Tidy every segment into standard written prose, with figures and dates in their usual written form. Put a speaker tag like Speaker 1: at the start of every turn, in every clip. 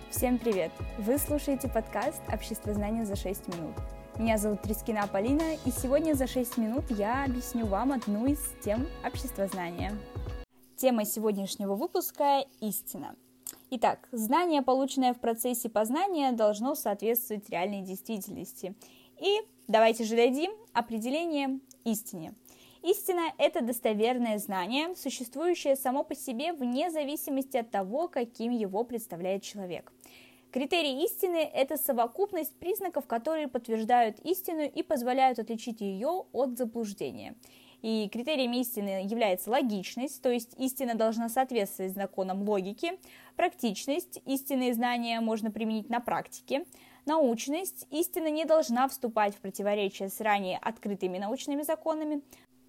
Speaker 1: Всем привет! Вы слушаете подкаст «Обществознание за 6 минут». Меня зовут Трискина Полина, и сегодня за 6 минут я объясню вам одну из тем обществознания. Тема сегодняшнего выпуска – истина. Итак, знание, полученное в процессе познания, должно соответствовать реальной действительности. И давайте же дадим определение истине. Истина – это достоверное знание, существующее само по себе вне зависимости от того, каким его представляет человек. Критерий истины – это совокупность признаков, которые подтверждают истину и позволяют отличить ее от заблуждения. И критерием истины является логичность, то есть истина должна соответствовать законам логики, практичность, истинные знания можно применить на практике, научность, истина не должна вступать в противоречие с ранее открытыми научными законами,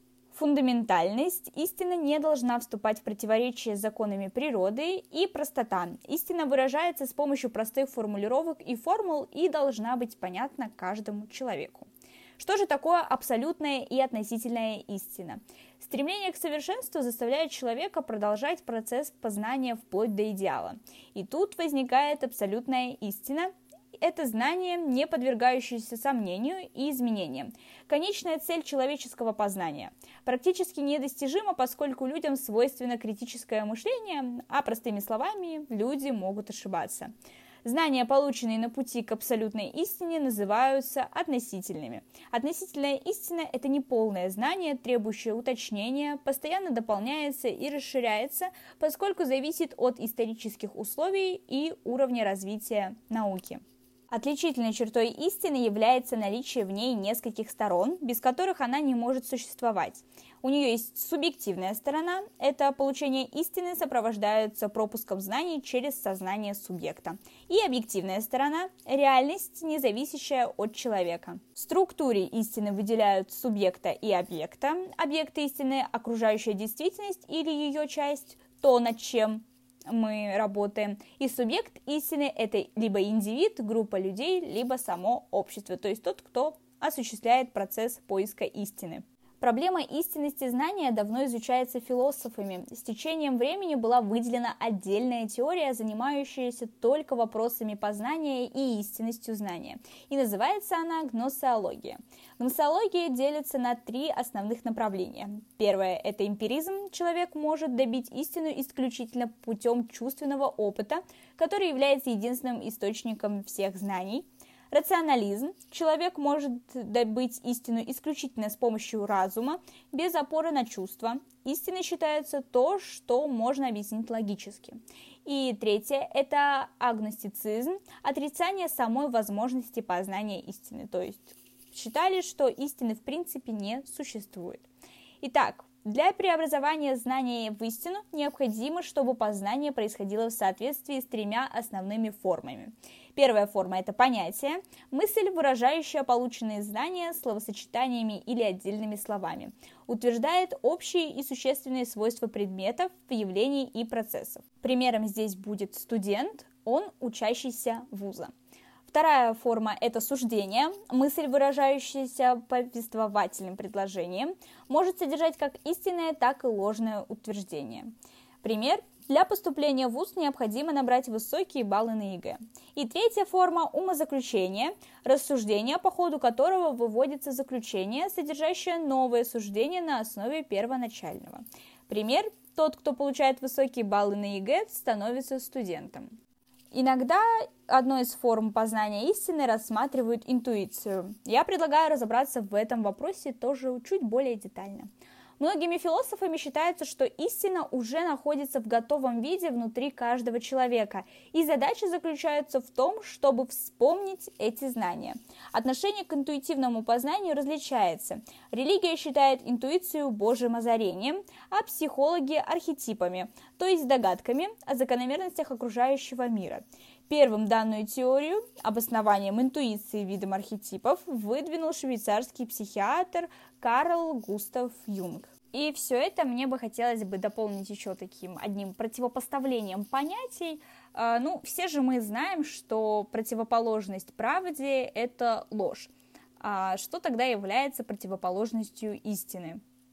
Speaker 1: фундаментальность, истина не должна вступать в противоречие с законами природы, и простота. Истина выражается с помощью простых формулировок и формул и должна быть понятна каждому человеку. Что же такое абсолютная и относительная истина? Стремление к совершенству заставляет человека продолжать процесс познания вплоть до идеала. И тут возникает абсолютная истина. Это знание, не подвергающееся сомнению и изменениям. Конечная цель человеческого познания. Практически недостижима, поскольку людям свойственно критическое мышление, а простыми словами, люди могут ошибаться. Знания, полученные на пути к абсолютной истине, называются относительными. Относительная истина – это неполное знание, требующее уточнения, постоянно дополняется и расширяется, поскольку зависит от исторических условий и уровня развития науки. Отличительной чертой истины является наличие в ней нескольких сторон, без которых она не может существовать. У нее есть субъективная сторона, это получение истины сопровождается пропуском знаний через сознание субъекта. И объективная сторона – реальность, не зависящая от человека. В структуре истины выделяют субъекта и объекта. Объекты истины – окружающая действительность или ее часть, то, над чем мы работаем, и субъект истины – это либо индивид, группа людей, либо само общество, то есть тот, кто осуществляет процесс поиска истины. Проблема истинности знания давно изучается философами. С течением времени была выделена отдельная теория, занимающаяся только вопросами познания и истинностью знания. И называется она гносеология. Гносеология делится на три основных направления. Первое – это эмпиризм. Человек может добить истину исключительно путем чувственного опыта, который является единственным источником всех знаний. Рационализм. Человек может добыть истину исключительно с помощью разума, без опоры на чувства. Истиной считается то, что можно объяснить логически. И третье – это агностицизм, отрицание самой возможности познания истины. То есть считали, что истины в принципе не существует. Итак, для преобразования знания в истину необходимо, чтобы познание происходило в соответствии с тремя основными формами. Первая форма – это понятие, мысль, выражающая полученные знания словосочетаниями или отдельными словами, утверждает общие и существенные свойства предметов, явлений и процессов. Примером здесь будет студент, он учащийся вуза. Вторая форма – это суждение. Мысль, выражающаяся повествовательным предложением, может содержать как истинное, так и ложное утверждение. Пример. Для поступления в вуз необходимо набрать высокие баллы на ЕГЭ. И третья форма – умозаключение, рассуждение, по ходу которого выводится заключение, содержащее новое суждение на основе первоначального. Пример. Тот, кто получает высокие баллы на ЕГЭ, становится студентом. Иногда одной из форм познания истины рассматривают интуицию. Я предлагаю разобраться в этом вопросе тоже чуть более детально. Многими философами считается, что истина уже находится в готовом виде внутри каждого человека, и задача заключается в том, чтобы вспомнить эти знания. Отношение к интуитивному познанию различается. Религия считает интуицию Божьим озарением, а психологи – архетипами, то есть догадками о закономерностях окружающего мира. Первым данную теорию, обоснованием интуиции видом архетипов, выдвинул швейцарский психиатр Карл Густав Юнг. И все это мне бы хотелось бы дополнить еще таким одним противопоставлением понятий. Все же мы знаем, что противоположность правде – это ложь. А что тогда является противоположностью истины?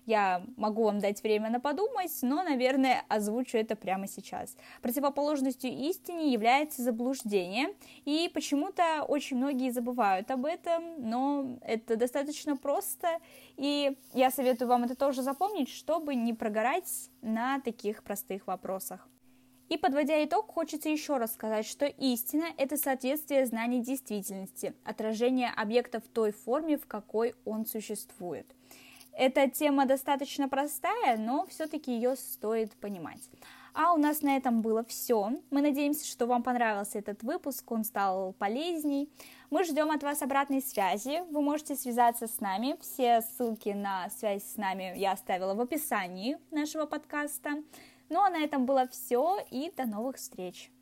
Speaker 1: Я могу вам дать время на подумать, но, наверное, озвучу это прямо сейчас. Противоположностью истине является заблуждение, и почему-то очень многие забывают об этом, но это достаточно просто, и я советую вам это тоже запомнить, чтобы не прогорать на таких простых вопросах. И подводя итог, хочется еще раз сказать, что истина – это соответствие знаний действительности, отражение объекта в той форме, в какой он существует. Эта тема достаточно простая, но все-таки ее стоит понимать. А у нас на этом было все. Мы надеемся, что вам понравился этот выпуск, он стал полезней. Мы ждем от вас обратной связи. Вы можете связаться с нами. Все ссылки на связь с нами я оставила в описании нашего подкаста. Ну а на этом было все, и до новых встреч!